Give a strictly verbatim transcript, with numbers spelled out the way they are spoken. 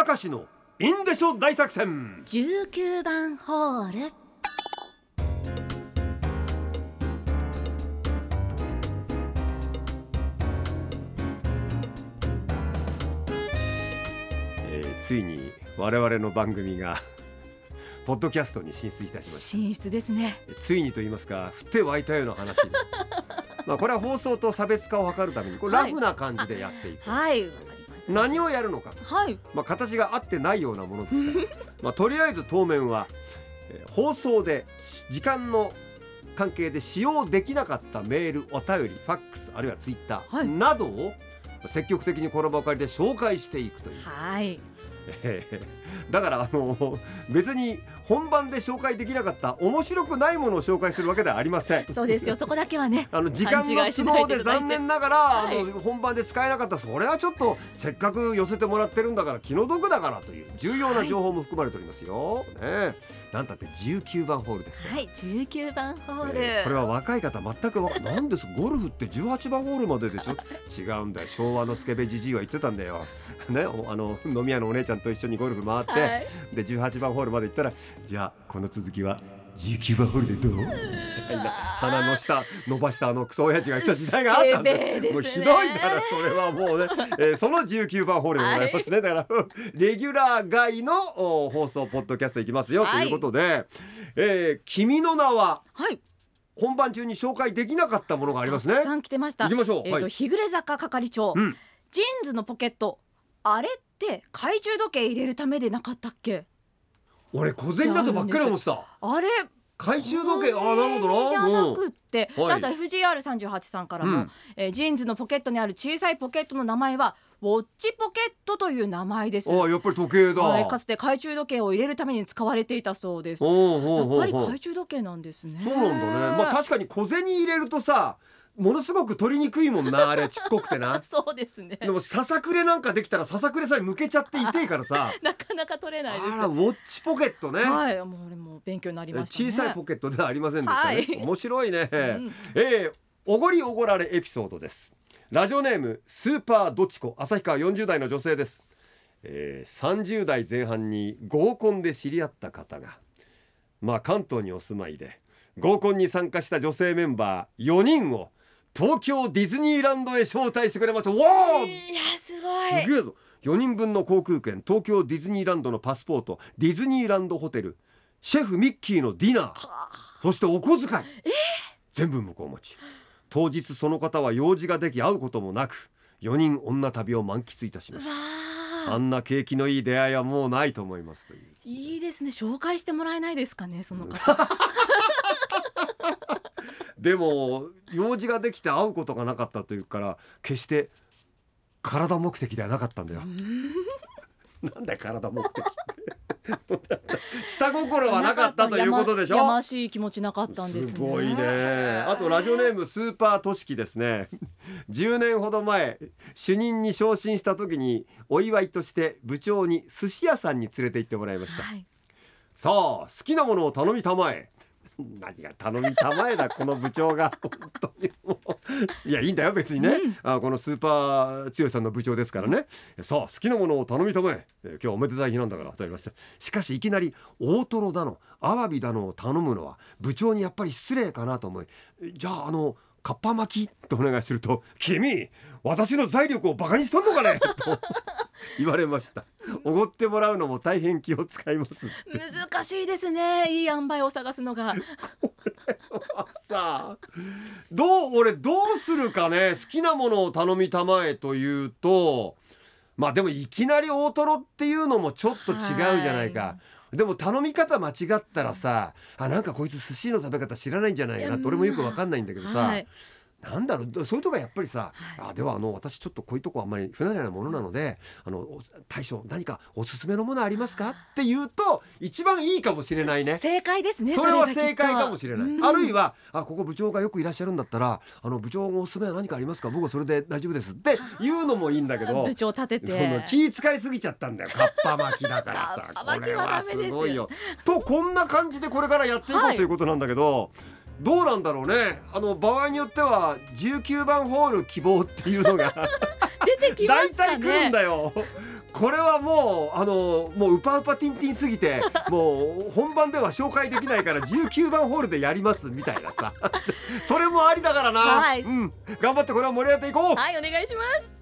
明石のインデショ大作戦じゅうきゅうばんホール。 えー、ついに我々の番組がポッドキャストに進出いたしました。 進出ですね。 ついにと言いますか、降って湧いたような話でまあこれは放送と差別化を図るためにこれラフな感じでやっていく、 はい、わかりました。 何をやるのかと、 はい、 まあ、形が合ってないようなものですからまあとりあえず当面は、えー、放送で時間の関係で使用できなかったメール、お便り、ファックス、あるいはツイッターなどを積極的にこの場を借りて紹介していくという、 はい、 だからあの別に本番で紹介できなかった面白くないものを紹介するわけではありません。 そうですよ、そこだけはねあの時間の都合で残念ながら、 はい、 あの本番で使えなかった。それはちょっとせっかく寄せてもらってるんだから気の毒だからという重要な情報も含まれておりますよ、はいね、なんたってじゅうきゅうばんホールですから。 はい、じゅうきゅうばんホール、 えー、これは若い方全くわなんですゴルフってじゅうはちばんホールまででしょ違うんだよ、昭和のスケベじじいは言ってたんだよ、ね、あの飲み屋のお姉ちゃんと一緒にゴルフ回って、はい、でじゅうはちばんホールまで行ったら、じゃあこの続きはじゅうきゅうばんホールでどうみたいな、鼻の下伸ばしたあのクソ親父が言ってた時代があったんで、ね、もうひどいからそれはもうね、えー、そのじゅうきゅうばんホールでございますね、はい、だからレギュラー外の放送ポッドキャストいきますよ、はい、ということで、えー、君の名は、はい、本番中に紹介できなかったものがありますね。 たくさん来てました。 行きましょう、 えーとはい、日暮坂係長、うん、ジーンズのポケット、あれって懐中時計入れるためでなかったっけ？ 俺小銭だとばっかり思ってた。 あれ懐中時計、あ、なるほどな。 じゃなくって、 うん、 あと エフジーアールさんじゅうはち さんからも、うんえー、ジーンズのポケットにある小さいポケットの名前はウォッチポケットという名前です。 あ、やっぱり時計だ、 はい、かつて懐中時計を入れるために使われていたそうです。おうおうおうおう、やっぱり懐中時計なんですね。 そうなんだね。まあ確かに小銭入れるとさ、ものすごく取りにくいもんな、あれちっこくてなそうですね。 でもささくれなんかできたらささくれさえ向けちゃって痛いからさなかなか取れないです。 あら、ウォッチポケットね。 はい、もう俺も勉強になりましたね。 小さいポケットではありませんでしたね、はい、面白いね、うん、えー、おごりおごられエピソードです。ラジオネームスーパードチコ、旭川よんじゅう代の女性です。えー、さんじゅう代前半に合コンで知り合った方が、まあ関東にお住まいで合コンに参加した女性メンバーよにんを東京ディズニーランドへ招待してくれました。わー、 いやすごい、 すげえぞ。よにんぶんの航空券、東京ディズニーランドのパスポート、ディズニーランドホテル、シェフミッキーのディナー、そしてお小遣い、えー、全部向こう持ち。当日その方は用事ができ会うこともなく、よにん女旅を満喫いたしました。あんな景気のいい出会いはもうないと思いますという。 いいですね。紹介してもらえないですかね、その方でも用事ができて会うことがなかったというから、決して体目的ではなかったんだよなんだよ体目的って下心はなかったということでしょ。 やましい気持ちなかったんですね。 すごいね。あとラジオネームスーパーとしきですねじゅうねんほど前、主任に昇進した時にお祝いとして部長に寿司屋さんに連れて行ってもらいました、はい、さあ好きなものを頼みたまえ何が頼みたまえだこの部長が本当にもういやいいんだよ別にね、うん、あこのスーパー剛さんの部長ですからね、うん、さあ好きなものを頼みたまえ、えー、今日おめでたい日なんだからと言いました。しかしいきなり大トロだのアワビだのを頼むのは部長にやっぱり失礼かなと思い、じゃああのかっぱ巻きとお願いすると、君私の財力をバカにしとんのかねと言われました。おごってもらうのも大変気を使いますって。 難しいですね、いい塩梅を探すのがこれはさ、どう俺どうするかね。好きなものを頼みたまえというと、まあでもいきなり大トロっていうのもちょっと違うじゃないか、はい。でも頼み方間違ったらさ、あなんかこいつ寿司の食べ方知らないんじゃないかなって俺もよく分かんないんだけどさ、はい、なんだろう、そういうとこがやっぱりさ、はい、あではあの私ちょっとこういうとこあんまり不慣れなものなので、あの大将何かおすすめのものありますかって言うと一番いいかもしれないね。 正解ですね。 それは正解かもしれない、うん、あるいはあここ部長がよくいらっしゃるんだったら、あの部長のおすすめは何かありますか、僕はそれで大丈夫ですって言うのもいいんだけど、 部長立てて気使いすぎちゃったんだよ、かっぱ巻きだからさこれはすごいよと、こんな感じでこれからやっていこう、はい、ということなんだけど、どうなんだろうね。あの場合によってはじゅうきゅうばんホール希望っていうのが出てきますかね。 大体来るんだよ。 これはもうあのもうウパウパティンティンすぎてもう本番では紹介できないからじゅうきゅうばんホールでやりますみたいなさそれもありだからな、 はい、 うん、頑張ってこれは盛り上がっていこう。 はい、お願いします。